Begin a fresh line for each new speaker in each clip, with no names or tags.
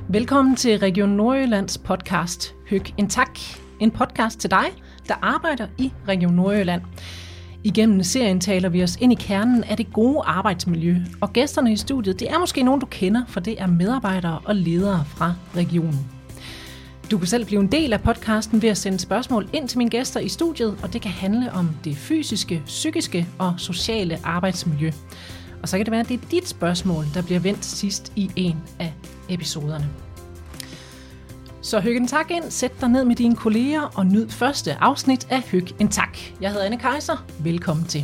Velkommen til Region Nordjyllands podcast Høg en tak. En podcast til dig, der arbejder i Region Nordjylland. Igennem serien taler vi os ind i kernen af det gode arbejdsmiljø, og gæsterne i studiet, det er måske nogen, du kender, for det er medarbejdere og ledere fra regionen. Du kan selv blive en del af podcasten ved at sende spørgsmål ind til mine gæster i studiet, og det kan handle om det fysiske, psykiske og sociale arbejdsmiljø. Og så kan det være, at det er dit spørgsmål, der bliver vendt sidst i en af episoderne. Så Høg en tak ind, sæt dig ned med dine kolleger og nyd første afsnit af Høg en tak. Jeg hedder Anne Kejser. Velkommen til.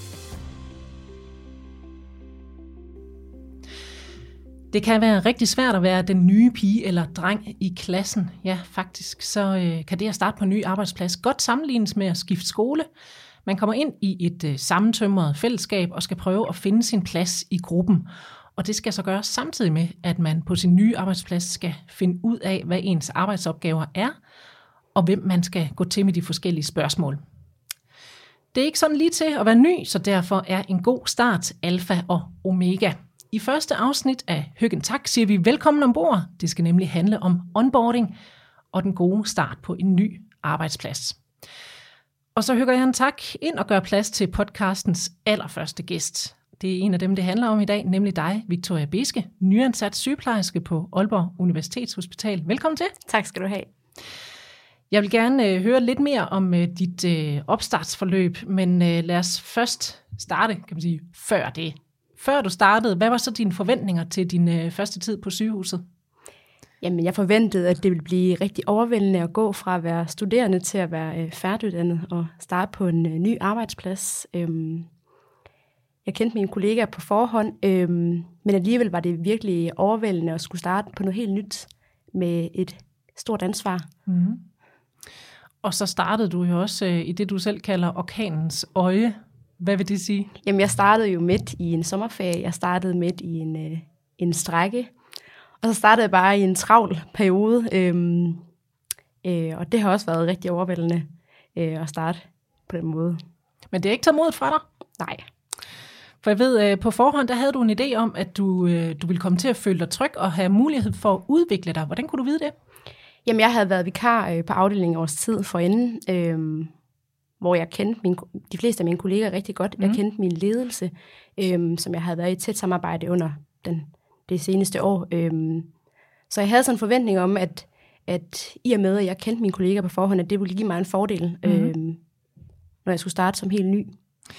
Det kan være rigtig svært at være den nye pige eller dreng i klassen. Ja, faktisk så kan det at starte på en ny arbejdsplads godt sammenlignes med at skifte skole. Man kommer ind i et sammentømret fællesskab og skal prøve at finde sin plads i gruppen. Og det skal så gøres samtidig med, at man på sin nye arbejdsplads skal finde ud af, hvad ens arbejdsopgaver er, og hvem man skal gå til med de forskellige spørgsmål. Det er ikke sådan lige til at være ny, så derfor er en god start alfa og omega. I første afsnit af Høg en tak siger vi velkommen ombord. Det skal nemlig handle om onboarding og den gode start på en ny arbejdsplads. Og så hygger jeg en tak ind og gør plads til podcastens allerførste gæst. Det er en af dem, det handler om i dag, nemlig dig, Victoria Beske, nyansat sygeplejerske på Aalborg Universitetshospital. Velkommen til.
Tak skal du have.
Jeg vil gerne høre lidt mere om dit opstartsforløb, men lad os først starte, kan man sige, før det. Før du startede, hvad var så dine forventninger til din første tid på sygehuset?
Jamen, jeg forventede, at det ville blive rigtig overvældende at gå fra at være studerende til at være færdiguddannet og starte på en ny arbejdsplads. Jeg kendte mine kollegaer på forhånd, men alligevel var det virkelig overvældende at skulle starte på noget helt nyt med et stort ansvar. Mm.
Og så startede du jo også i det, du selv kalder orkanens øje. Hvad vil det sige?
Jamen, jeg startede jo midt i en sommerferie. Jeg startede midt i en strejke. Og så startede jeg bare i en travl periode. Og det har også været rigtig overvældende at starte på den måde.
Men det er ikke taget modet fra dig?
Nej.
For jeg ved, på forhånd, der havde du en idé om, at du ville komme til at føle dig tryg og have mulighed for at udvikle dig. Hvordan kunne du vide det?
Jamen, jeg havde været vikar på afdelingen års tid forinden, hvor jeg kendte de fleste af mine kolleger rigtig godt. Jeg kendte min ledelse, som jeg havde været i tæt samarbejde under det seneste år. Så jeg havde sådan en forventning om, at i og med, at jeg kendte mine kolleger på forhånd, at det ville give mig en fordel, når jeg skulle starte som helt ny.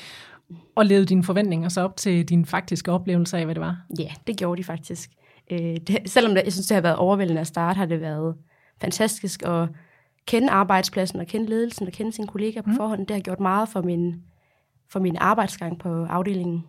Og levede dine forventninger så op til dine faktiske oplevelser af, hvad det var?
Ja, det gjorde de faktisk. Selvom jeg synes, det har været overvældende at starte, har det været fantastisk at kende arbejdspladsen og kende ledelsen og kende sine kollegaer på forhånd. Det har gjort meget for min arbejdsgang på afdelingen.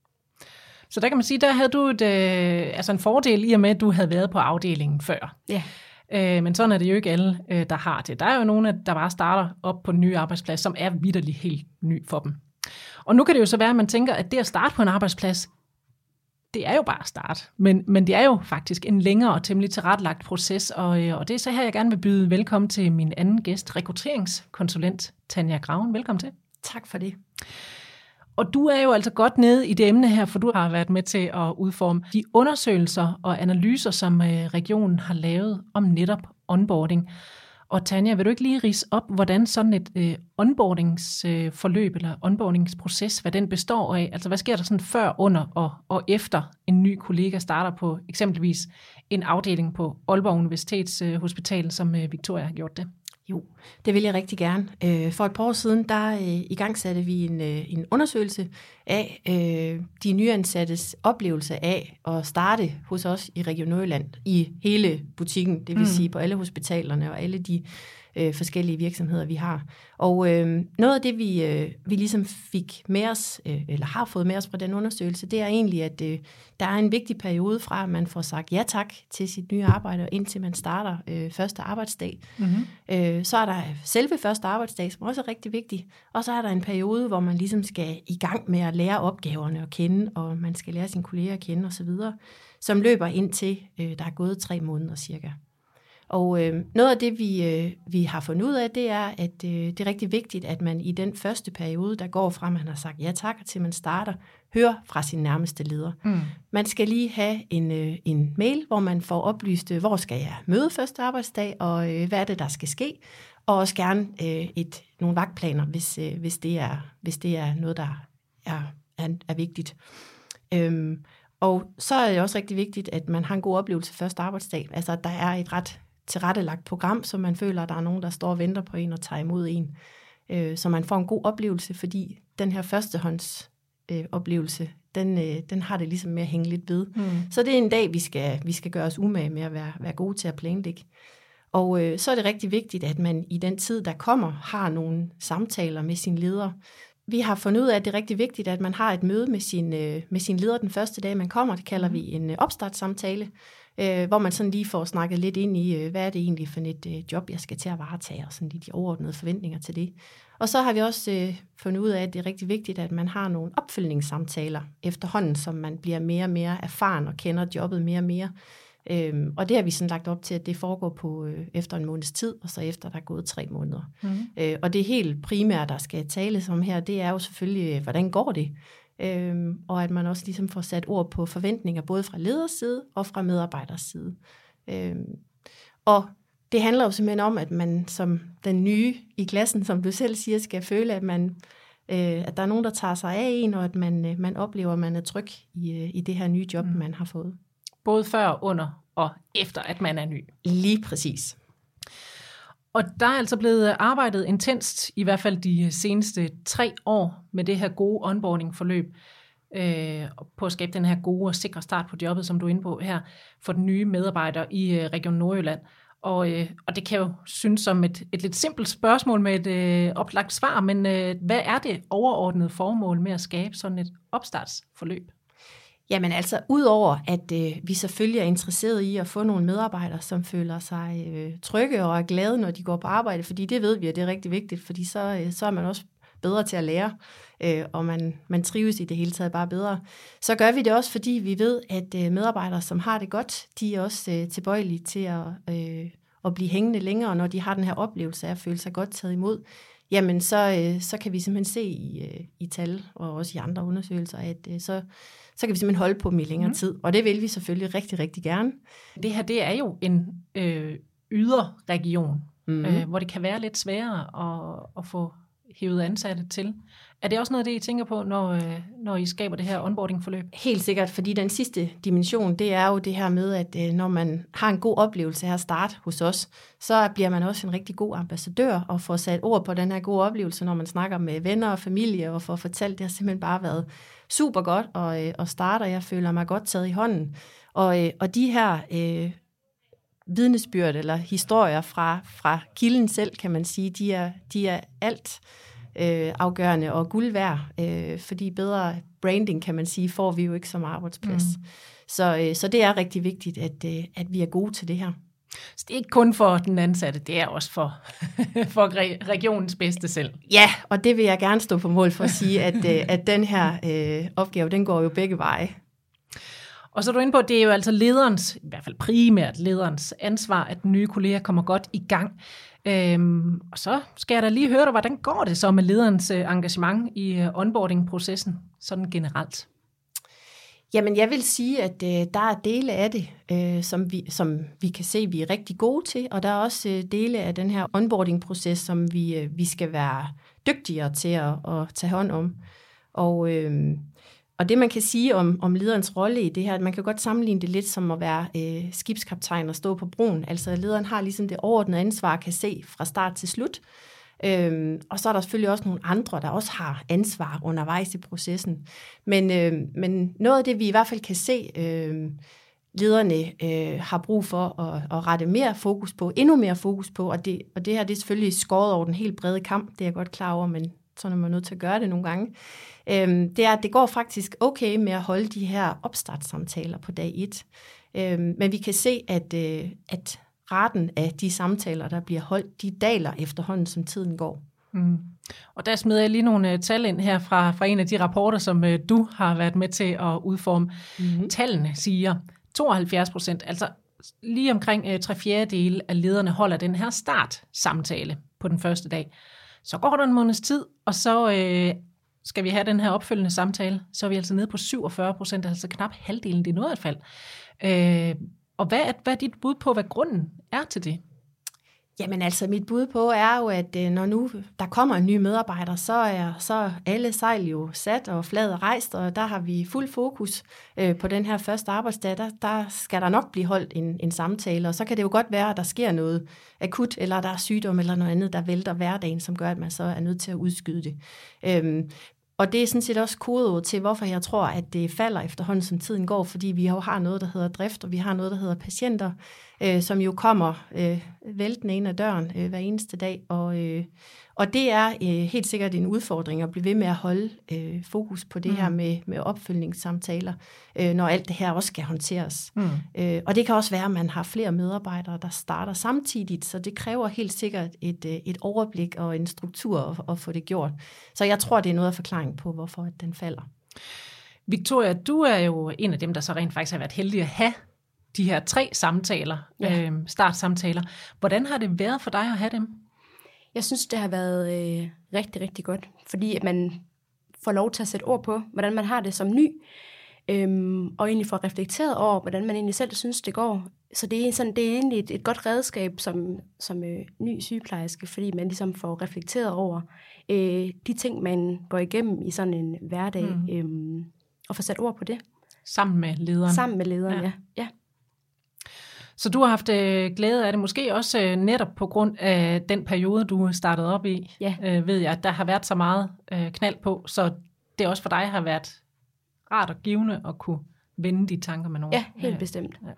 Så der kan man sige, der havde du en fordel i og med, at du havde været på afdelingen før.
Ja.
Men sådan er det jo ikke alle, der har det. Der er jo nogle, der bare starter op på en ny arbejdsplads, som er vitterligt helt ny for dem. Og nu kan det jo så være, at man tænker, at det at starte på en arbejdsplads, det er jo bare at starte. Men det er jo faktisk en længere og temmelig tilrettelagt proces, og det er så her, jeg gerne vil byde velkommen til min anden gæst, rekrutteringskonsulent Tanja Graven. Velkommen til.
Tak for det.
Og du er jo altså godt nede i det emne her, for du har været med til at udforme de undersøgelser og analyser, som regionen har lavet om netop onboarding. Og Tanja, vil du ikke lige ridse op, hvordan sådan et onboardingsforløb eller onboardingsproces, hvad den består af? Altså hvad sker der sådan før, under og efter en ny kollega starter på eksempelvis en afdeling på Aalborg Universitetshospital, som Victoria har gjort det?
Jo, det vil jeg rigtig gerne. For et par år siden, der igangsatte vi en undersøgelse af de nyansattes oplevelse af at starte hos os i Region Nordjylland i hele butikken, det vil sige på alle hospitalerne og alle de forskellige virksomheder, vi har. Og noget af det, vi ligesom fik med os, eller har fået med os fra den undersøgelse, det er egentlig, at der er en vigtig periode fra, at man får sagt ja tak til sit nye arbejde, indtil man starter første arbejdsdag. Mm-hmm. Så er der selve første arbejdsdag, som også er rigtig vigtig, og så er der en periode, hvor man ligesom skal i gang med at lære opgaverne at kende, og man skal lære sine kolleger at kende osv., som løber indtil der er gået 3 måneder cirka. Og noget af det, vi har fundet ud af, det er, at det er rigtig vigtigt, at man i den første periode, der går fra, man har sagt ja tak, til man starter, hører fra sin nærmeste leder. Man skal lige have en mail, hvor man får oplyst, hvor skal jeg møde første arbejdsdag, og hvad er det, der skal ske, og også gerne nogle vagtplaner, hvis det er noget, der er vigtigt. Og så er det også rigtig vigtigt, at man har en god oplevelse første arbejdsdag. Altså, at der er et ret tilrettelagt program, så man føler, at der er nogen, der står og venter på en og tager imod en. Så man får en god oplevelse, fordi den her førstehånds oplevelse, den har det ligesom med at hænge lidt ved. Så det er en dag, vi skal gøre os umage med at være gode til at planlægge. Og så er det rigtig vigtigt, at man i den tid, der kommer, har nogle samtaler med sin leder. Vi har fundet ud af, at det er rigtig vigtigt, at man har et møde med sin leder den første dag, man kommer. Det kalder vi en opstartssamtale, hvor man sådan lige får snakket lidt ind i, hvad er det egentlig for et job, jeg skal til at varetage, og sådan de overordnede forventninger til det. Og så har vi også fundet ud af, at det er rigtig vigtigt, at man har nogle opfølgningssamtaler efterhånden, som man bliver mere og mere erfaren og kender jobbet mere og mere. Og det har vi sådan lagt op til, at det foregår på efter en måneds tid, og så efter der er gået 3 måneder. Og det helt primære, der skal tales om her, det er jo selvfølgelig, hvordan går det? Og at man også ligesom får sat ord på forventninger, både fra leders side og fra medarbejders side. Og det handler jo simpelthen om, at man som den nye i klassen, som du selv siger, skal føle, at der er nogen, der tager sig af en, og at man oplever, at man er tryg i det her nye job, man har fået.
Både før, under og efter, at man er ny.
Lige præcis.
Og der er altså blevet arbejdet intenst, i hvert fald de seneste 3 år, med det her gode onboarding-forløb, på at skabe den her gode og sikre start på jobbet, som du er inde på her, for den nye medarbejder i Region Nordjylland. Og det kan jo synes som et lidt simpelt spørgsmål med et oplagt svar, men hvad er det overordnede formål med at skabe sådan et opstartsforløb?
Jamen altså, udover at vi selvfølgelig er interesseret i at få nogle medarbejdere, som føler sig trygge og er glade, når de går på arbejde, fordi det ved vi, at det er rigtig vigtigt, fordi så er man også bedre til at lære, og man trives i det hele taget bare bedre. Så gør vi det også, fordi vi ved, at medarbejdere, som har det godt, de er også tilbøjelige til at blive hængende længere, når de har den her oplevelse af at føle sig godt taget imod. Jamen, så kan vi simpelthen se i tal, og også i andre undersøgelser, at så kan vi simpelthen holde på dem i længere tid. Og det vil vi selvfølgelig rigtig, rigtig gerne.
Det her, det er jo en yderregion, hvor det kan være lidt sværere at få hævet ansatte til. Er det også noget af det, I tænker på, når I skaber det her onboarding-forløb?
Helt sikkert, fordi den sidste dimension, det er jo det her med, at når man har en god oplevelse her at starte hos os, så bliver man også en rigtig god ambassadør og får sat ord på den her gode oplevelse, når man snakker med venner og familie og får fortalt, det har simpelthen bare været super godt og starter. Jeg føler mig godt taget i hånden. Og de her vidnesbyrd eller historier fra kilden selv, kan man sige, de er alt afgørende og guld værd, fordi bedre branding, kan man sige, får vi jo ikke som arbejdsplads. Så det er rigtig vigtigt, at vi er gode til det her.
Så det er ikke kun for den ansatte, det er også for regionens bedste selv.
Ja, og det vil jeg gerne stå på mål for at sige, at den her opgave, den går jo begge veje.
Og så er du inde på, at det er jo altså lederens, i hvert fald primært lederens ansvar, at nye kolleger kommer godt i gang. Og så skal jeg da lige høre dig, hvordan går det så med lederens engagement i onboarding-processen, sådan generelt?
Jamen, jeg vil sige, at der er dele af det, som vi kan se, vi er rigtig gode til, og der er også dele af den her onboarding-proces, som vi skal være dygtigere til at tage hånd om. Og det, man kan sige om lederens rolle i det her, at man kan godt sammenligne det lidt som at være skibskaptajn og stå på broen. Altså, lederen har ligesom det overordnede ansvar, kan se fra start til slut. Og så er der selvfølgelig også nogle andre, der også har ansvar undervejs i processen. Men noget af det, vi i hvert fald kan se, lederne har brug for at rette mere fokus på, endnu mere fokus på, og det her, det er selvfølgelig skåret over den helt brede kamp, det er jeg godt klar over, men så er man nødt til at gøre det nogle gange. Det er, at det går faktisk okay med at holde de her opstartssamtaler på dag 1. Men vi kan se, at raten af de samtaler, der bliver holdt, de daler efterhånden, som tiden går.
Og der smider jeg lige nogle tal ind her fra en af de rapporter, som du har været med til at udforme. Tallene siger 72%, altså lige omkring 3/4 af lederne holder den her startsamtale på den første dag. Så går der en måneds tid, og så skal vi have den her opfølgende samtale. Så er vi altså nede på 47%, altså knap halvdelen. Det er noget af et fald. Og hvad er dit bud på, hvad grunden er til det?
Jamen altså, mit bud på er jo, at når nu der kommer en ny medarbejder, så er alle sejl jo sat og flaget rejst, og der har vi fuld fokus på den her første arbejdsdag. Der skal der nok blive holdt en samtale, og så kan det jo godt være, at der sker noget akut, eller der er sygdom eller noget andet, der vælter hverdagen, som gør, at man så er nødt til at udskyde det. Og det er sådan set også kodeord til, hvorfor jeg tror, at det falder efterhånden, som tiden går, fordi vi jo har noget, der hedder drift, og vi har noget, der hedder patienter, som jo kommer væltende ind ad døren hver eneste dag. Og det er helt sikkert en udfordring at blive ved med at holde fokus på det her med opfølgningssamtaler, når alt det her også skal håndteres. Og det kan også være, at man har flere medarbejdere, der starter samtidigt, så det kræver helt sikkert et overblik og en struktur at få det gjort. Så jeg tror, det er noget af forklaringen på, hvorfor den falder.
Victoria, du er jo en af dem, der så rent faktisk har været heldig at have de her 3 samtaler, startsamtaler. Hvordan har det været for dig at have dem?
Jeg synes, det har været rigtig, rigtig godt, fordi at man får lov til at sætte ord på, hvordan man har det som ny, og egentlig får reflekteret over, hvordan man egentlig selv synes, det går. Så det er egentlig et godt redskab som ny sygeplejerske, fordi man ligesom får reflekteret over de ting, man går igennem i sådan en hverdag, og får sat ord på det.
Sammen med lederen?
Sammen med lederen, ja.
Så du har haft glæde af det, måske også netop på grund af den periode, du startede op i, ved jeg, at der har været så meget knald på, så det også for dig har været rart og givende at kunne vende de tanker med nogen.
Ja, helt bestemt.
Ja.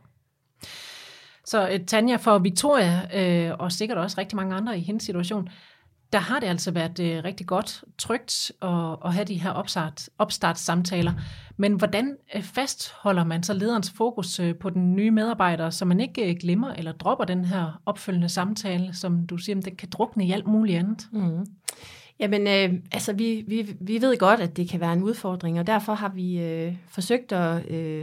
Så Tanja, for Victoria, og sikkert også rigtig mange andre i hendes situation, der har det altså været rigtig godt, trygt at have de her opstartssamtaler. Men hvordan fastholder man så lederens fokus på den nye medarbejder, så man ikke glemmer eller dropper den her opfølgende samtale, som du siger, det kan drukne i alt muligt andet?
Jamen, altså vi ved godt, at det kan være en udfordring, og derfor har vi forsøgt at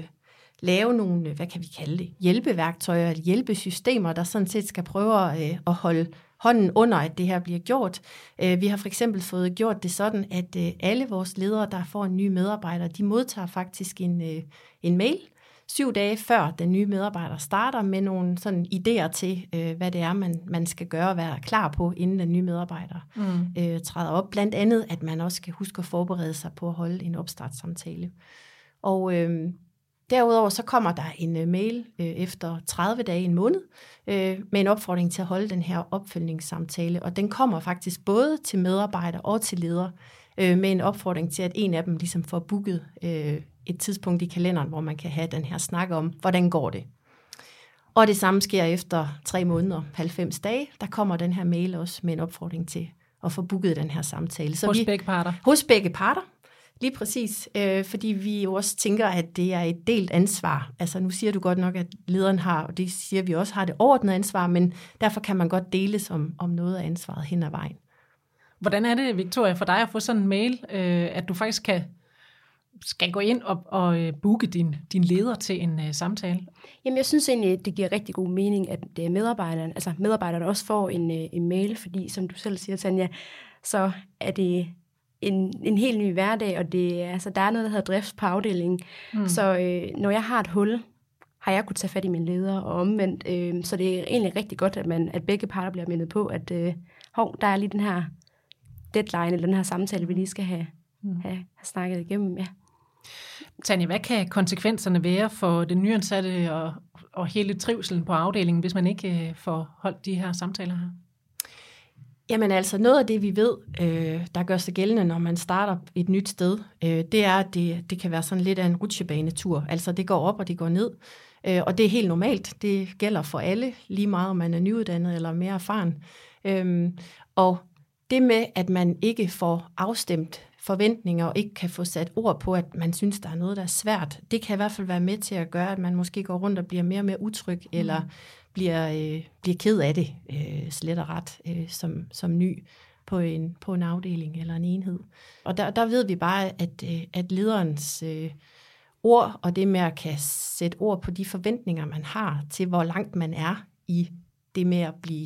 lave nogle, hvad kan vi kalde det, hjælpeværktøjer, eller hjælpesystemer, der sådan set skal prøve at holde hånden under, at det her bliver gjort. Vi har for eksempel fået gjort det sådan, at alle vores ledere, der får en ny medarbejder, de modtager faktisk en mail 7 dage før den nye medarbejder starter med nogle sådan idéer til, hvad det er, man skal gøre og være klar på, inden den nye medarbejder træder op. Blandt andet, at man også skal huske at forberede sig på at holde en opstartssamtale. Og derudover så kommer der en mail efter 30 dage, en måned, med en opfordring til at holde den her opfølgningssamtale. Og den kommer faktisk både til medarbejdere og til ledere, med en opfordring til, at en af dem ligesom får booket et tidspunkt i kalenderen, hvor man kan have den her snak om, hvordan går det. Og det samme sker efter 3 måneder, 90 dage. Der kommer den her mail også med en opfordring til at få booket den her samtale. Så
hos begge parter?
Hos begge parter. Lige præcis, fordi vi jo også tænker, at det er et delt ansvar. Altså nu siger du godt nok, at lederen har, og det siger vi også, har det overordnede ansvar, men derfor kan man godt deles om noget af ansvaret hen ad vejen.
Hvordan er det, Victoria, for dig at få sådan en mail, at du faktisk skal gå ind og booke din leder til en samtale?
Jamen jeg synes egentlig, det giver rigtig god mening, at medarbejderne også får en mail, fordi som du selv siger, Tanja, så er det en helt ny hverdag, og der er noget, der hedder drift på afdelingen. Så når jeg har et hul, har jeg kunnet tage fat i min leder og omvendt. Så det er egentlig rigtig godt, at begge parter bliver mindet på, at der er lige den her deadline, eller den her samtale, vi lige skal have snakket igennem. Ja.
Tanja, hvad kan konsekvenserne være for den nyansatte og hele trivselen på afdelingen, hvis man ikke får holdt de her samtaler her?
Jamen altså, noget af det, vi ved, der gør sig gældende, når man starter et nyt sted, det er, at det kan være sådan lidt af en rutsjebanetur. Altså, det går op, og det går ned. Og det er helt normalt. Det gælder for alle, lige meget om man er nyuddannet eller mere erfaren. Og det med, at man ikke får afstemt forventninger og ikke kan få sat ord på, at man synes, der er noget, der er svært, det kan i hvert fald være med til at gøre, at man måske går rundt og bliver mere og mere utryg, eller bliver ked af det, slet og ret, som ny på en afdeling eller en enhed. Og der ved vi bare, at lederens ord, og det med at kan sætte ord på de forventninger, man har til, hvor langt man er i det med at blive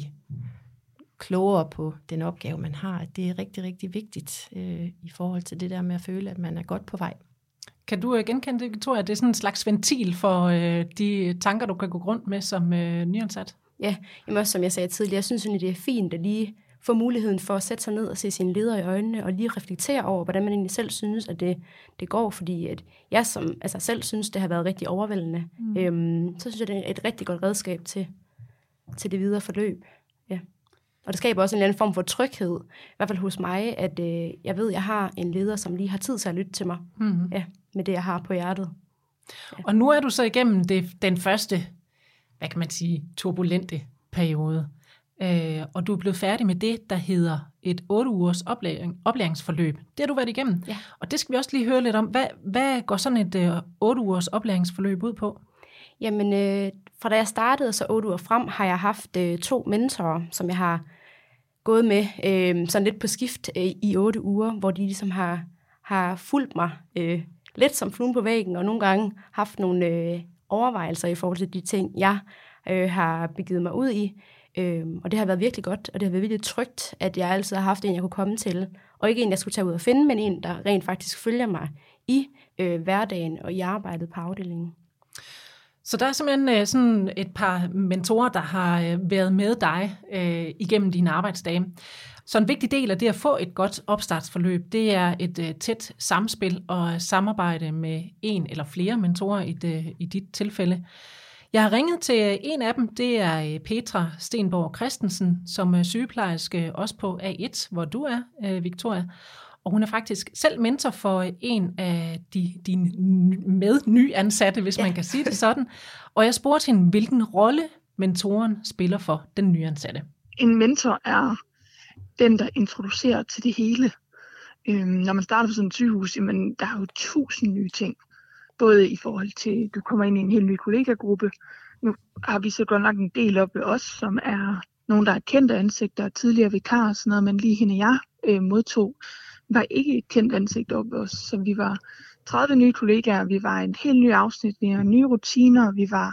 klogere på den opgave, man har. Det er rigtig, rigtig vigtigt i forhold til det der med at føle, at man er godt på vej.
Kan du genkende det, Victoria? Det er sådan en slags ventil for de tanker, du kan gå rundt med som nyansat?
Ja, jamen også som jeg sagde tidligere, jeg synes egentlig, det er fint at lige få muligheden for at sætte sig ned og se sine ledere i øjnene, og lige reflektere over, hvordan man egentlig selv synes, at det går, fordi at jeg selv synes, det har været rigtig overvældende. Så synes jeg, det er et rigtig godt redskab til det videre forløb. Ja. Og det skaber også en eller anden form for tryghed, i hvert fald hos mig, at jeg ved, at jeg har en leder, som lige har tid til at lytte til mig, med det, jeg har på hjertet. Ja.
Og nu er du så igennem den første, hvad kan man sige, turbulente periode. Og du er blevet færdig med det, der hedder et 8 ugers oplæringsforløb. Det har du været igennem.
Ja.
Og det skal vi også lige høre lidt om. Hvad går sådan et 8 ugers oplæringsforløb ud på?
Jamen, fra da jeg startede, så 8 uger frem, har jeg haft 2 mentorer, som jeg har gået med sådan lidt på skift i 8 uger, hvor de ligesom har fulgt mig lidt som fluen på væggen, og nogle gange haft nogle overvejelser i forhold til de ting, jeg har begivet mig ud i. Og det har været virkelig godt, og det har været virkelig trygt, at jeg altid har haft en, jeg kunne komme til. Og ikke en, jeg skulle tage ud og finde, men en, der rent faktisk følger mig i hverdagen og i arbejdet på afdelingen.
Så der er simpelthen sådan et par mentorer, der har været med dig igennem dine arbejdsdage. Så en vigtig del af det at få et godt opstartsforløb, det er et tæt samspil og samarbejde med en eller flere mentorer i dit tilfælde. Jeg har ringet til en af dem, det er Petra Stenborg Christensen, som er sygeplejerske også på A1, hvor du er, Victoria. Og hun er faktisk selv mentor for en af dine nyansatte, hvis man kan sige det sådan. Og jeg spurgte hende, hvilken rolle mentoren spiller for den nyansatte.
En mentor er den, der introducerer til det hele. Når man starter på sådan et sygehus, jamen, der er jo 1000 nye ting. Både i forhold til, at du kommer ind i en helt ny kollegagruppe. Nu har vi så godt nok en del op ved os, som er nogen, der er kendte ansigter, tidligere vikarer og sådan noget, men lige hende jeg modtog, var ikke et kendt ansigt op ved os. Så vi var 30 nye kollegaer, vi var en helt ny afsnit, vi har nye rutiner, vi var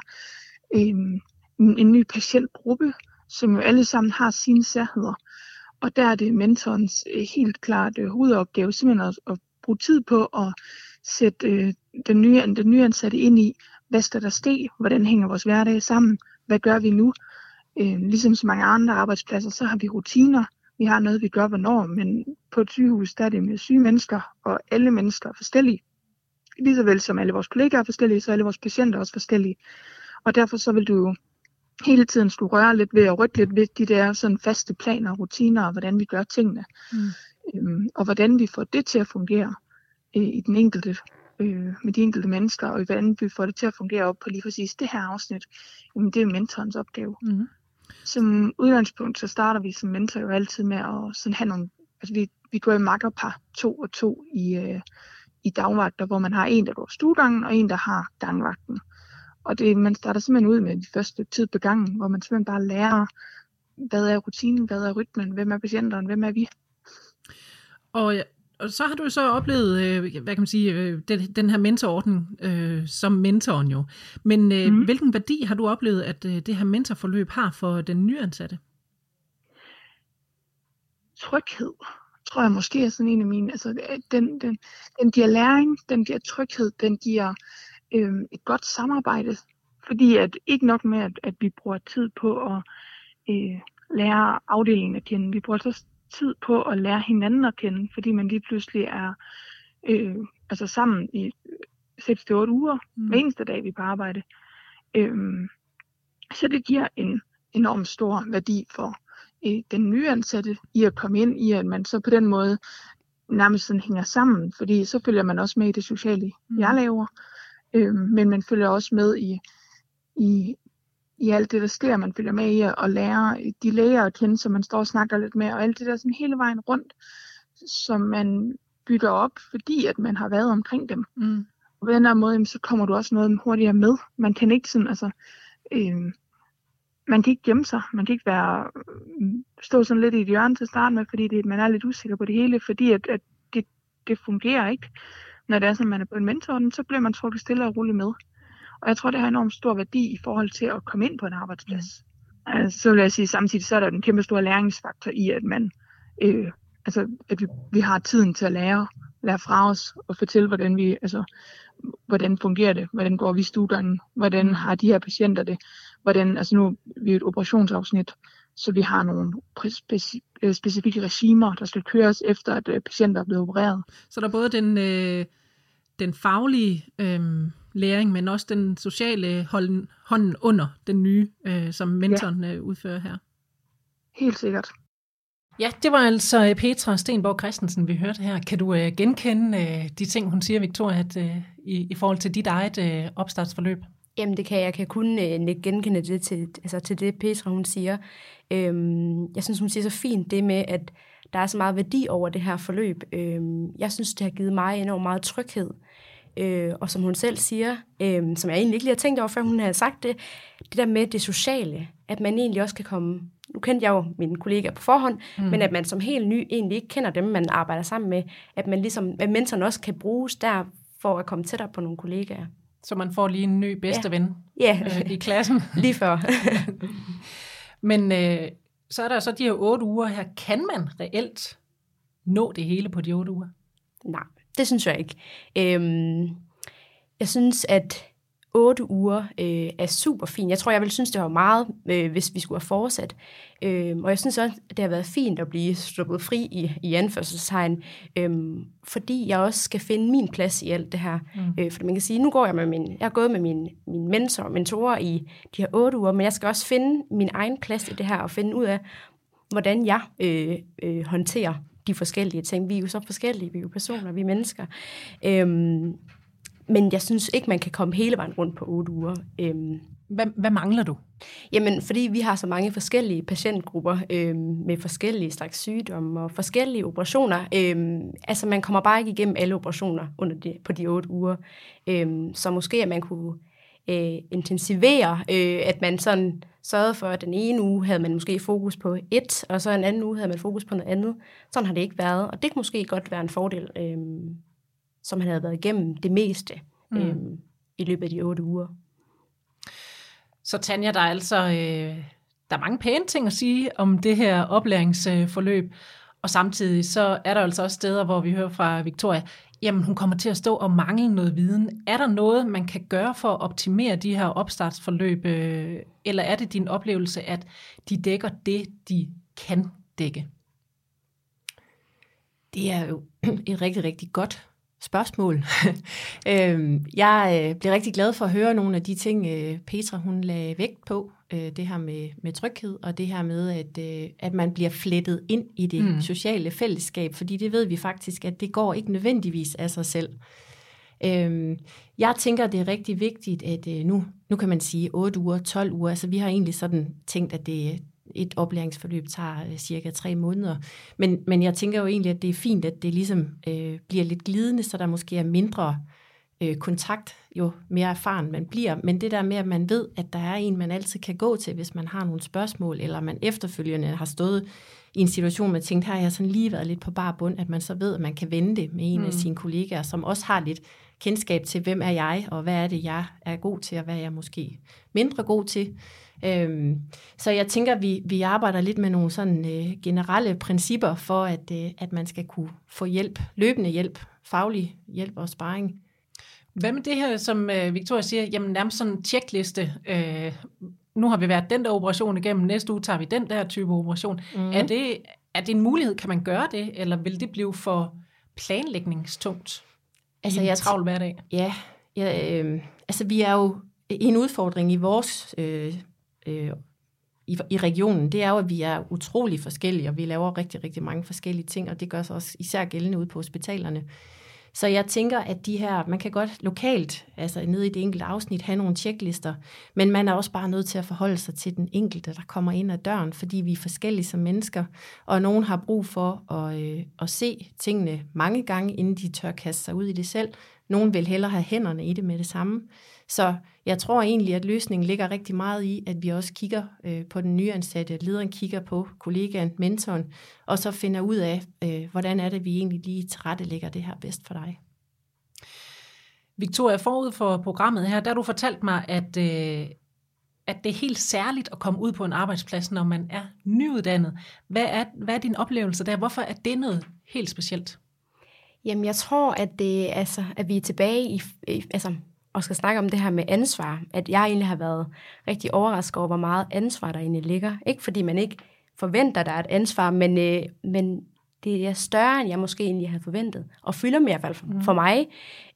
en ny patientgruppe, som jo alle sammen har sine særheder. Og der er det mentorens helt klart hovedopgave simpelthen at bruge tid på at sætte den nye ansatte ind i, hvad skal der ske, hvordan hænger vores hverdag sammen, hvad gør vi nu. Ligesom så mange andre arbejdspladser, så har vi rutiner, vi har noget, vi gør hvornår, men på et sygehus, der er det med syge mennesker, og alle mennesker er forskellige. Lige så vel som alle vores kollegaer er forskellige, så er alle vores patienter også forskellige. Og derfor så vil du jo hele tiden skulle røre lidt ved og rykke lidt ved de der sådan faste planer og rutiner, og hvordan vi gør tingene. Og hvordan vi får det til at fungere i den enkelte, med de enkelte mennesker, og hvordan vi får det til at fungere op på lige præcis det her afsnit, jamen det er mentorens opgave. Som udgangspunkt, så starter vi som mentor jo altid med at sådan have nogle, altså vi går i makkerpar 2 og 2 i dagvagter, hvor man har en, der går stuegangen, og en, der har gangvagten. Og man starter simpelthen ud med de første tid på gangen, hvor man simpelthen bare lærer, hvad er rutinen, hvad er rytmen, hvem er patienteren, hvem er vi.
Og så har du så oplevet, hvad kan man sige, den her mentorordning som mentoren jo. Men hvilken værdi har du oplevet, at det her mentorforløb har for den nyansatte?
Tryghed, tror jeg måske er sådan en af mine. Altså, den giver læring, den giver tryghed, den giver et godt samarbejde. Fordi at ikke nok med, at vi bruger tid på at lære afdelingen at kende. Vi bruger så tid på at lære hinanden at kende, fordi man lige pludselig er sammen i 6-8 uger, hver eneste dag vi er på arbejde. Så det giver en enormt stor værdi for den nye ansatte i at komme ind i, at man så på den måde nærmest sådan hænger sammen, fordi så følger man også med i det sociale, jeg laver, men man følger også med i alt det, der sker. Man følger med i at lære de læger at kende, som man står og snakker lidt med, og alt det der sådan hele vejen rundt, som man bygger op, fordi at man har været omkring dem. Og på den her måde, så kommer du også noget hurtigere med. Man kan ikke sådan, man kan ikke gemme sig. Man kan ikke stå sådan lidt i et hjørne til at starte med, fordi man er lidt usikker på det hele, fordi at det fungerer ikke. når det er sådan, man er på en mentorordning, så bliver man trukket stille og roligt med. Og jeg tror, det har enormt stor værdi i forhold til at komme ind på en arbejdsplads. Så vil jeg sige, samtidig så er der en kæmpe stor læringsfaktor i, at man, at vi har tiden til at lære fra os og fortælle, hvordan fungerer det, hvordan går vi i studierne, hvordan har de her patienter det, nu er vi et operationsafsnit, så vi har nogle specifikke regimer, der skal køres efter, at patienter er blevet opereret.
Så der er både den faglige læring, men også den sociale hånden under den nye, som mentoren udfører her. Helt sikkert. Ja, det var altså Petra Stenborg Christensen, vi hørte her. Kan du genkende de ting, hun siger, Victoria, i forhold til dit eget opstartsforløb?
Jamen det kan jeg. kan kun genkende det til det, Petra hun siger. Jeg synes, hun siger så fint det med, at der er så meget værdi over det her forløb. Jeg synes, det har givet mig enormt meget tryghed. Og som hun selv siger, som jeg egentlig ikke lige har tænkt over, før hun havde sagt det, det der med det sociale, at man egentlig også kan komme, nu kendte jeg jo mine kollegaer på forhånd, men at man som helt ny egentlig ikke kender dem, man arbejder sammen med, at man ligesom, at mentoren også kan bruges der for at komme tættere på nogle kollegaer.
Så man får lige en ny bedste ven i klassen.
Lige før.
Men så er der så de her 8 uger her. Kan man reelt nå det hele på de 8 uger?
Nej, det synes jeg ikke. Jeg synes, at 8 uger er super fint. Jeg tror, jeg ville synes, det var meget, hvis vi skulle have fortsat. Og jeg synes også, det har været fint at blive sluppet fri i anførselstegn, fordi jeg også skal finde min plads i alt det her. For man kan sige, nu går jeg jeg har gået med min mentorer i de her 8 uger, men jeg skal også finde min egen plads i det her, og finde ud af, hvordan jeg håndterer de forskellige ting. Vi er jo så forskellige, vi er jo personer, vi er mennesker. Men jeg synes ikke, man kan komme hele vejen rundt på 8 uger.
Hvad mangler du?
Jamen, fordi vi har så mange forskellige patientgrupper med forskellige slags sygdomme og forskellige operationer. Man kommer bare ikke igennem alle operationer på de 8 uger. Så måske, at man kunne intensivere, at man sådan sørgede for, at den ene uge havde man måske fokus på et, og så en anden uge havde man fokus på noget andet. Sådan har det ikke været, og det kan måske godt være en fordel, som han havde været igennem det meste i løbet af de 8 uger.
Så Tanja, der er altså der er mange pæne ting at sige om det her oplæringsforløb, og samtidig så er der altså også steder, hvor vi hører fra Victoria, jamen hun kommer til at stå og mangle noget viden. Er der noget, man kan gøre for at optimere de her opstartsforløb, eller er det din oplevelse, at de dækker det, de kan dække?
Det er jo et rigtig, rigtig godt spørgsmål. Jeg bliver rigtig glad for at høre nogle af de ting, Petra hun lagde vægt på. Det her med tryghed, og det her med, at man bliver flettet ind i det sociale fællesskab, fordi det ved vi faktisk, at det går ikke nødvendigvis af sig selv. Jeg tænker, det er rigtig vigtigt, at nu kan man sige 8 uger, 12 uger, altså vi har egentlig sådan tænkt, at et oplæringsforløb tager cirka 3 måneder. Men jeg tænker jo egentlig, at det er fint, at det ligesom bliver lidt glidende, så der måske er mindre kontakt, jo mere erfaren man bliver. Men det der med, at man ved, at der er en, man altid kan gå til, hvis man har nogle spørgsmål, eller man efterfølgende har stået i en situation, man tænkt, her har jeg sådan lige været lidt på bar bund, at man så ved, at man kan vende det med en af sine kollegaer, som også har lidt kendskab til, hvem er jeg, og hvad er det, jeg er god til, og hvad er jeg måske mindre god til. Så jeg tænker, vi arbejder lidt med nogle sådan generelle principper for, at man skal kunne få hjælp, løbende hjælp, faglig hjælp og sparring.
Hvad med det her, som Victoria siger, jamen nærmest sådan en checkliste, nu har vi været den der operation igennem, næste uge tager vi den der type operation. Er det en mulighed, kan man gøre det, eller vil det blive for planlægningstungt i en travl hverdag?
Ja, vi er jo en udfordring i vores i regionen, det er jo, at vi er utrolig forskellige, og vi laver rigtig, rigtig mange forskellige ting, og det gør sig også især gældende ude på hospitalerne. Så jeg tænker, at de her, man kan godt lokalt, altså nede i det enkelte afsnit, have nogle checklister, men man er også bare nødt til at forholde sig til den enkelte, der kommer ind ad døren, fordi vi er forskellige som mennesker, og nogen har brug for at se tingene mange gange, inden de tør kaste sig ud i det selv. Nogen vil hellere have hænderne i det med det samme. Så jeg tror egentlig, at løsningen ligger rigtig meget i, at vi også kigger på den nyansatte, at lederen kigger på kollegaen, mentoren, og så finder ud af, hvordan er det, vi egentlig lige tilrettelægger det her bedst for dig.
Victoria, forud for programmet her, der har du fortalt mig, at det er helt særligt at komme ud på en arbejdsplads, når man er nyuddannet. Hvad er din oplevelse der? Hvorfor er det noget helt specielt?
Jamen, jeg tror, at vi er tilbage og skal snakke om det her med ansvar. At jeg egentlig har været rigtig overrasket over, hvor meget ansvar der egentlig ligger. Ikke fordi man ikke forventer, der er et ansvar, men det er større, end jeg måske egentlig havde forventet. Og fylder mere i hvert fald for mig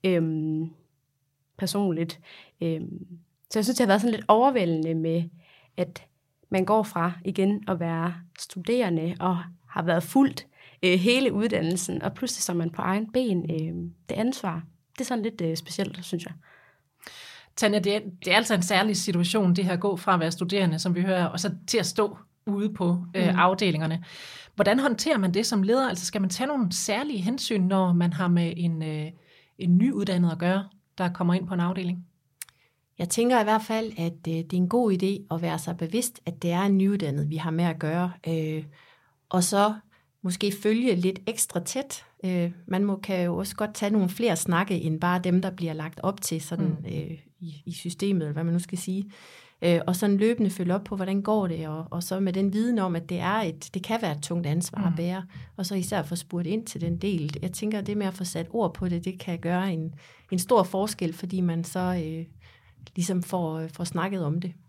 personligt. Så jeg synes, det har været sådan lidt overvældende med, at man går fra igen at være studerende og har været fuldt hele uddannelsen, og pludselig så er man på egen ben. Det ansvar, det er sådan lidt specielt, synes jeg.
Tanja, det er altså en særlig situation, det her at gå fra at være studerende, som vi hører, og så til at stå ude på afdelingerne. Hvordan håndterer man det som leder? Altså skal man tage nogle særlige hensyn, når man har med en nyuddannet at gøre, der kommer ind på en afdeling?
Jeg tænker i hvert fald, at det er en god idé at være sig bevidst, at det er en nyuddannet, vi har med at gøre. Og så måske følge lidt ekstra tæt. Man kan jo også godt tage nogle flere snakke, end bare dem, der bliver lagt op til sådan, i systemet, eller hvad man nu skal sige. Og sådan løbende følge op på, hvordan går det, og så med den viden om, at det kan være et tungt ansvar at bære, og så især få spurgt ind til den del. Jeg tænker, at det med at få sat ord på det kan gøre en stor forskel, fordi man så ligesom får snakket om det.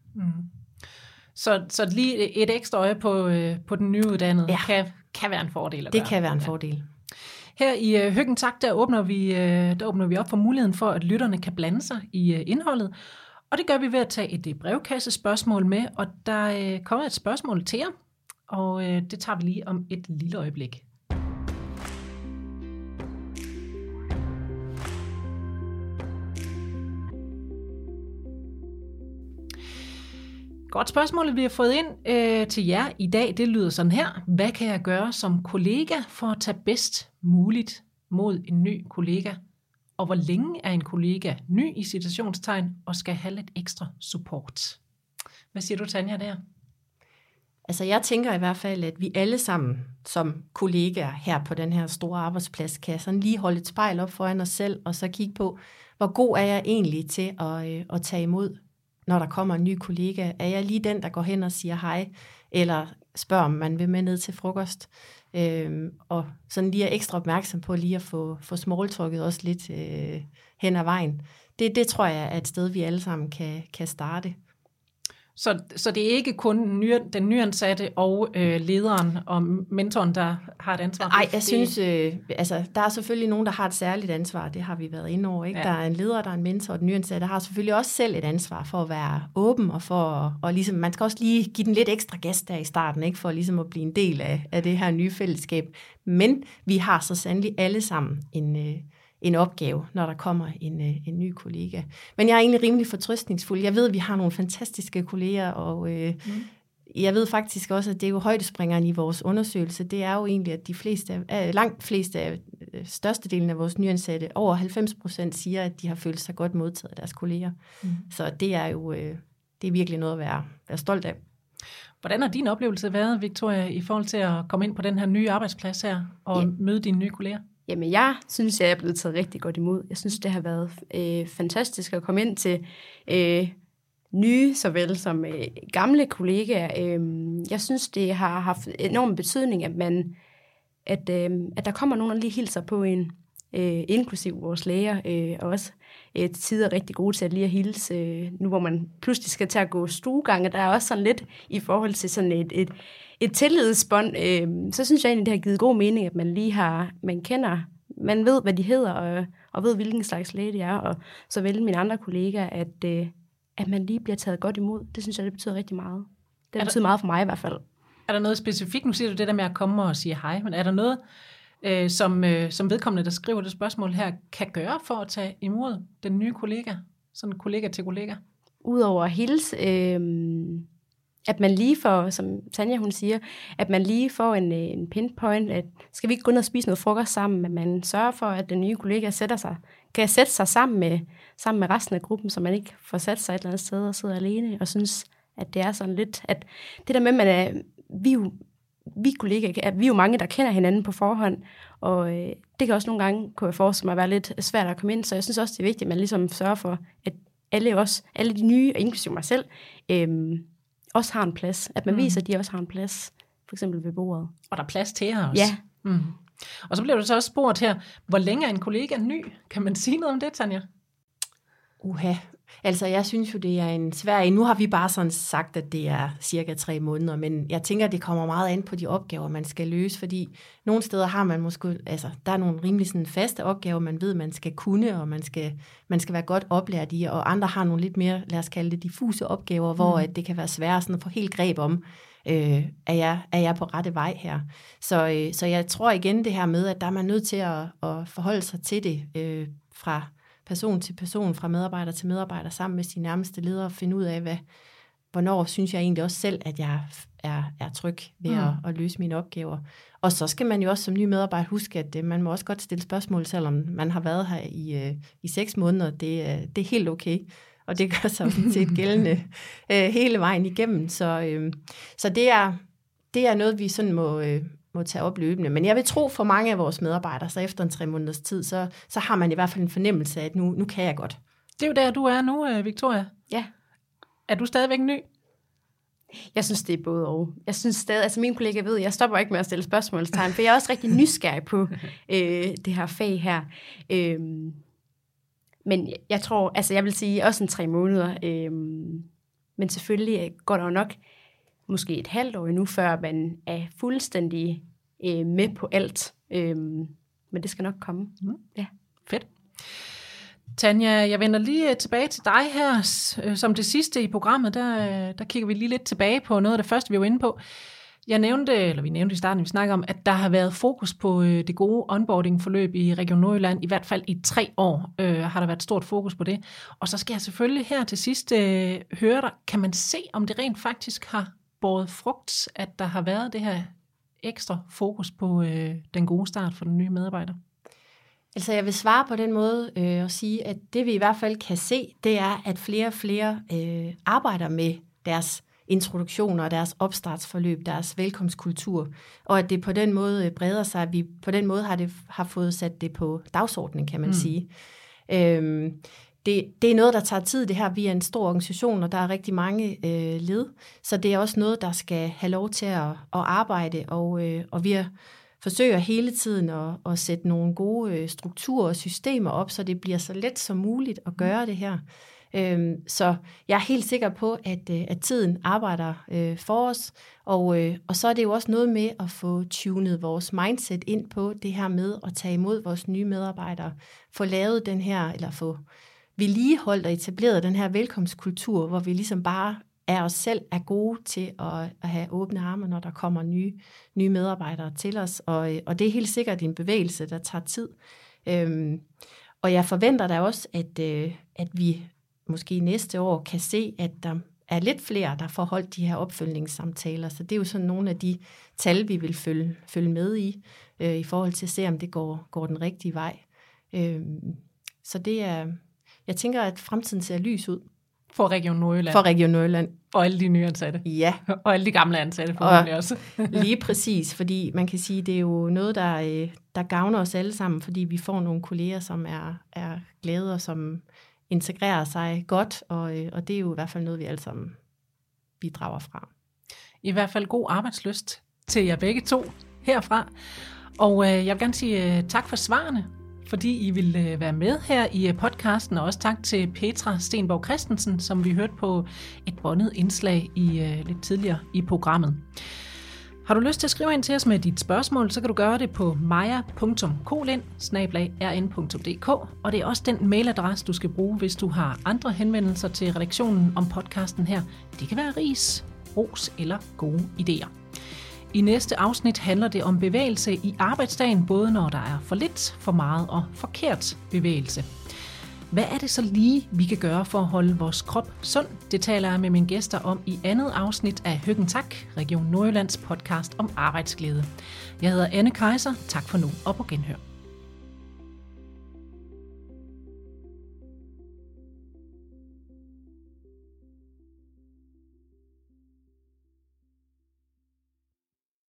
Så lige et ekstra øje på den nyuddannede kan være en fordel at gøre.
Det kan være en fordel.
Her i Høkken Tak, der åbner vi op for muligheden for, at lytterne kan blande sig i indholdet. Og det gør vi ved at tage et brevkassespørgsmål med, og der kommer et spørgsmål til jer, og det tager vi lige om et lille øjeblik. Godt spørgsmål, vi har fået ind til jer i dag. Det lyder sådan her. Hvad kan jeg gøre som kollega for at tage bedst muligt mod en ny kollega? Og hvor længe er en kollega ny i citationstegn og skal have lidt ekstra support? Hvad siger du, Tanja, der?
Altså jeg tænker i hvert fald, at vi alle sammen som kollegaer her på den her store arbejdsplads kan sådan lige holde et spejl op foran os selv, og så kigge på, hvor god er jeg egentlig til at tage imod, når der kommer en ny kollega. Er jeg lige den, der går hen og siger hej, eller spørger, om man vil med ned til frokost? Og sådan lige er ekstra opmærksom på lige at få smalltalket også lidt hen ad vejen. Det tror jeg er et sted, vi alle sammen kan starte.
Så det er ikke kun den nyansatte og lederen og mentoren, der har et ansvar?
Nej, jeg synes, der er selvfølgelig nogen, der har et særligt ansvar. Det har vi været inde over. Ikke? Ja. Der er en leder, der er en mentor, og den nyansatte har selvfølgelig også selv et ansvar for at være åben, og ligesom, man skal også lige give den lidt ekstra gas der i starten, ikke? For ligesom at blive en del af det her nye fællesskab. Men vi har så sandelig alle sammen en opgave, når der kommer en ny kollega. Men jeg er egentlig rimelig fortrøstningsfuld. Jeg ved, at vi har nogle fantastiske kolleger, og jeg ved faktisk også, at det er jo højdespringeren i vores undersøgelse. Det er jo egentlig, at langt fleste af størstedelen af vores nyansatte, over 90%, siger, at de har følt sig godt modtaget af deres kolleger. Så det er jo det er virkelig noget at være stolt af.
Hvordan har din oplevelse været, Victoria, i forhold til at komme ind på den her nye arbejdsplads her og møde dine nye kolleger?
Jamen, jeg synes, jeg er blevet taget rigtig godt imod. Jeg synes, det har været fantastisk at komme ind til nye, såvel som gamle kollegaer. Jeg synes, det har haft enorm betydning, at der kommer nogen, der lige hilser på en, inklusiv vores læger, og også tider rigtig gode til at lige at hilse, nu hvor man pludselig skal til at gå stuegange. Der er også sådan lidt i forhold til sådan et tillidsbånd, så synes jeg egentlig, det har givet god mening, at man lige man ved, hvad de hedder, og ved, hvilken slags læge de er, og så vel mine andre kollegaer, at man lige bliver taget godt imod. Det synes jeg, det betyder rigtig meget. Det betyder meget for mig i hvert fald.
Er der noget specifikt? Nu siger du det der med at komme og sige hej, men er der noget, som vedkommende, der skriver det spørgsmål her, kan gøre for at tage imod den nye kollega? Sådan kollega til kollega?
Udover at hilse, at man lige får, som Tanja hun siger, at man lige får en pinpoint, at skal vi ikke gå ned og spise noget frokost sammen, men man sørger for, at den nye kollega kan sætte sig sammen med resten af gruppen, så man ikke får sat sig et eller andet sted og sidder alene, og synes, at det er sådan lidt, at det der med, vi kollegaer, vi er jo mange, der kender hinanden på forhånd, og det kan også nogle gange kunne jeg forestille mig at være lidt svært at komme ind, så jeg synes også, det er vigtigt, at man ligesom sørger for, at alle de nye, inklusive mig selv, også har en plads. At man viser, at de også har en plads, for eksempel ved bordet.
Og der er plads til jer også.
Ja.
Mm. Og så bliver du så også spurgt her, hvor længe er en kollega ny? Kan man sige noget om det, Tanja?
Altså, jeg synes jo, det er en svær en. Nu har vi bare sådan sagt, at det er cirka 3 måneder, men jeg tænker, det kommer meget an på de opgaver, man skal løse, fordi nogle steder har man måske, altså, der er nogle rimelig sådan faste opgaver, man ved, man skal kunne, og man skal være godt oplært i, og andre har nogle lidt mere, lad os kalde det, diffuse opgaver, hvor at det kan være svært sådan at få helt greb om, er jeg på rette vej her. Så jeg tror igen det her med, at der er man nødt til at forholde sig til det fra person til person, fra medarbejder til medarbejder, sammen med sine nærmeste ledere, og finde ud af, hvornår synes jeg egentlig også selv, at jeg er tryg ved at løse mine opgaver. Og så skal man jo også som ny medarbejder huske, at man må også godt stille spørgsmål, selvom man har været her i 6 måneder. Det er helt okay, og det gør sig sådan set gældende hele vejen igennem. Så det er noget, vi sådan må tage op løbende. Men jeg vil tro for mange af vores medarbejdere, så efter en 3 måneders tid, så har man i hvert fald en fornemmelse af, at nu kan jeg godt. Det
er jo der, du er nu, Victoria.
Ja.
Er du stadigvæk ny?
Jeg synes, det er både og. Jeg synes stadig, altså mine kollegaer ved, jeg stopper ikke med at stille spørgsmålstegn, for jeg er også rigtig nysgerrig på det her fag her. Men jeg tror, altså jeg vil sige også en 3 måneder, men selvfølgelig går der jo nok måske et halvt år endnu, før man er fuldstændig med på alt. Men det skal nok komme. Ja.
Fedt. Tanja, jeg vender lige tilbage til dig her. Som det sidste i programmet, der kigger vi lige lidt tilbage på noget af det første, vi var inde på. Vi nævnte i starten, vi snakker om, at der har været fokus på det gode onboarding-forløb i Region Nordjylland. I hvert fald i 3 år har der været stort fokus på det. Og så skal jeg selvfølgelig her til sidst høre dig. Kan man se, om det rent faktisk har båret frugt, at der har været det her ekstra fokus på den gode start for den nye medarbejder?
Altså jeg vil svare på den måde og sige, at det vi i hvert fald kan se, det er, at flere og flere arbejder med deres introduktioner og deres opstartsforløb, deres velkomstkultur, og at det på den måde breder sig, at vi på den måde har fået sat det på dagsordenen, kan man sige. Det er noget, der tager tid, det her. Vi er en stor organisation, og der er rigtig mange led, så det er også noget, der skal have lov til at arbejde, og vi forsøger hele tiden at sætte nogle gode strukturer og systemer op, så det bliver så let som muligt at gøre det her. Så jeg er helt sikker på, at tiden arbejder for os, og så er det jo også noget med at få tunet vores mindset ind på det her med at tage imod vores nye medarbejdere, få lavet den her, eller få vedligeholdt og etableret den her velkomstkultur, hvor vi ligesom bare er os selv er gode til at have åbne arme, når der kommer nye medarbejdere til os, og det er helt sikkert en bevægelse, der tager tid. Og jeg forventer da også, at vi måske næste år kan se, at der er lidt flere, der får holdt de her opfølgningssamtaler, så det er jo sådan nogle af de tal, vi vil følge med i forhold til at se, om det går den rigtige vej. Så det er, jeg tænker, at fremtiden ser lys ud.
For Region Nordjylland.
For Region Nordjylland.
Og alle de nye ansatte.
Ja.
Og alle de gamle ansatte forhåbentlig også.
Lige præcis, fordi man kan sige, det er jo noget, der gavner os alle sammen, fordi vi får nogle kolleger, som er glade og som integrerer sig godt, og det er jo i hvert fald noget, vi alle sammen bidrager fra.
I hvert fald god arbejdslyst til jer begge to herfra. Og jeg vil gerne sige tak for svarene, fordi I ville være med her i podcasten, og også tak til Petra Stenborg Christensen, som vi hørte på et båndet indslag lidt tidligere i programmet. Har du lyst til at skrive ind til os med dit spørgsmål, så kan du gøre det på maja.kolin@rn.dk, og det er også den mailadresse, du skal bruge, hvis du har andre henvendelser til redaktionen om podcasten her. Det kan være ris, ros eller gode idéer. I næste afsnit handler det om bevægelse i arbejdsdagen, både når der er for lidt, for meget og forkert bevægelse. Hvad er det så lige, vi kan gøre for at holde vores krop sund? Det taler jeg med mine gæster om i andet afsnit af Høggen Tak, Region Nordjyllands podcast om arbejdsglæde. Jeg hedder Anne Kaiser. Tak for nu og på genhør.